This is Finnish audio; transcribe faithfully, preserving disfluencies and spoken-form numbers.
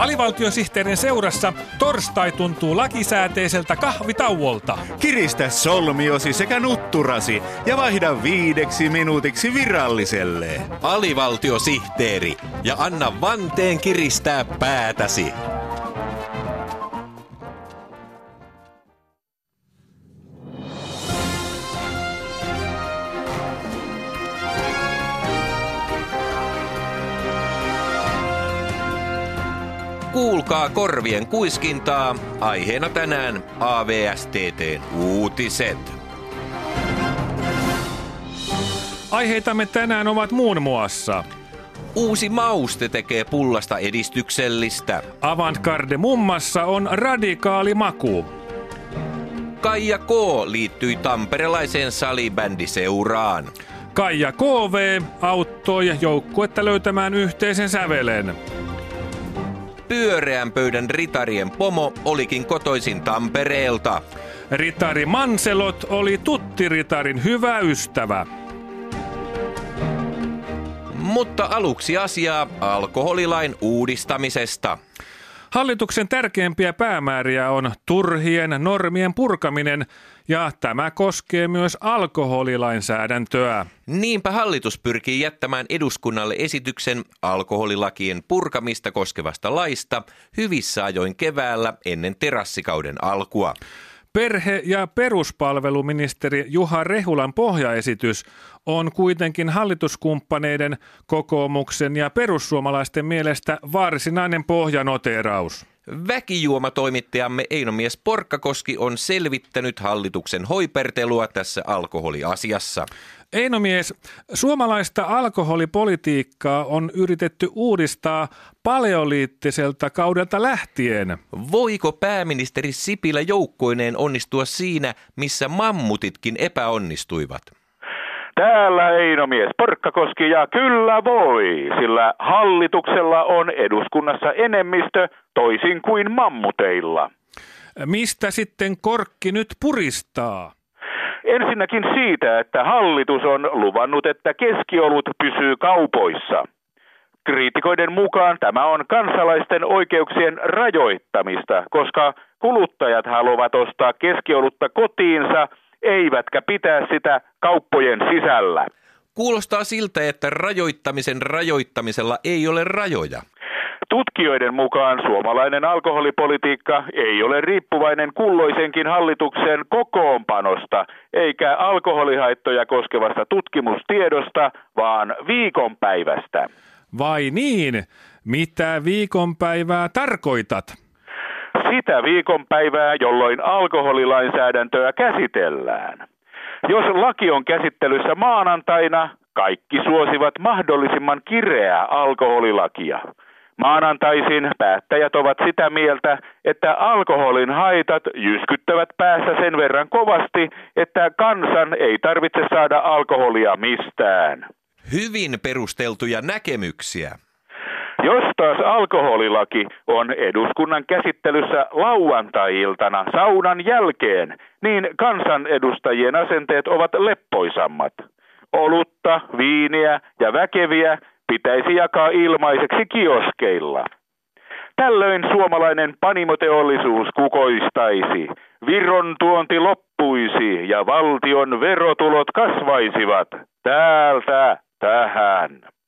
Alivaltiosihteerin seurassa torstai tuntuu lakisääteiseltä kahvitauolta. Kiristä solmiosi sekä nutturasi ja vaihda viideksi minuutiksi viralliselle. Alivaltiosihteeri ja anna vanteen kiristää päätäsi. Kuulkaa korvien kuiskintaa. Aiheena tänään A V S T T:n uutiset. Aiheitamme tänään ovat muun muassa: uusi mauste tekee pullasta edistyksellistä. Avantgarde mummassa on radikaali maku. Kaija K. liittyi tamperelaiseen salibändiseuraan. Kaija K V auttoi joukkuetta löytämään yhteisen sävelen. Pyöreän pöydän ritarien pomo olikin kotoisin Tampereelta. Ritari Manselot oli tuttiritarin hyvä ystävä. Mutta aluksi asiaa alkoholilain uudistamisesta. Hallituksen tärkeimpiä päämääriä on turhien normien purkaminen, ja tämä koskee myös alkoholilainsäädäntöä. Niinpä hallitus pyrkii jättämään eduskunnalle esityksen alkoholilakien purkamista koskevasta laista hyvissä ajoin keväällä ennen terassikauden alkua. Perhe- ja peruspalveluministeri Juha Rehulan pohjaesitys on kuitenkin hallituskumppaneiden, kokoomuksen ja perussuomalaisten mielestä varsinainen pohjanoteeraus. Väkijuomatoimittajamme Einomies Porkkakoski on selvittänyt hallituksen hoipertelua tässä alkoholiasiassa. Einomies, suomalaista alkoholipolitiikkaa on yritetty uudistaa paleoliittiselta kaudelta lähtien. Voiko pääministeri Sipilä joukkoineen onnistua siinä, missä mammutitkin epäonnistuivat? Täällä Einomies Porkkakoski, ja kyllä voi, sillä hallituksella on eduskunnassa enemmistö toisin kuin mammuteilla. Mistä sitten korkki nyt puristaa? Ensinnäkin siitä, että hallitus on luvannut, että keskiolut pysyy kaupoissa. Kriitikoiden mukaan tämä on kansalaisten oikeuksien rajoittamista, koska kuluttajat haluavat ostaa keskiolutta kotiinsa, eivätkä pitää sitä kauppojen sisällä. Kuulostaa siltä, että rajoittamisen rajoittamisella ei ole rajoja. Tutkijoiden mukaan suomalainen alkoholipolitiikka ei ole riippuvainen kulloisenkin hallituksen kokoonpanosta, eikä alkoholihaittoja koskevasta tutkimustiedosta, vaan viikonpäivästä. Vai niin? Mitä viikonpäivää tarkoitat? Sitä viikonpäivää, jolloin alkoholilainsäädäntöä käsitellään. Jos laki on käsittelyssä maanantaina, kaikki suosivat mahdollisimman kireää alkoholilakia. Maanantaisin päättäjät ovat sitä mieltä, että alkoholin haitat jyskyttävät päässä sen verran kovasti, että kansan ei tarvitse saada alkoholia mistään. Hyvin perusteltuja näkemyksiä. Jos taas alkoholilaki on eduskunnan käsittelyssä lauantai-iltana saunan jälkeen, niin kansanedustajien asenteet ovat leppoisammat. Olutta, viiniä ja väkeviä pitäisi jakaa ilmaiseksi kioskeilla. Tällöin suomalainen panimoteollisuus kukoistaisi, Viron tuonti loppuisi ja valtion verotulot kasvaisivat täältä tähän.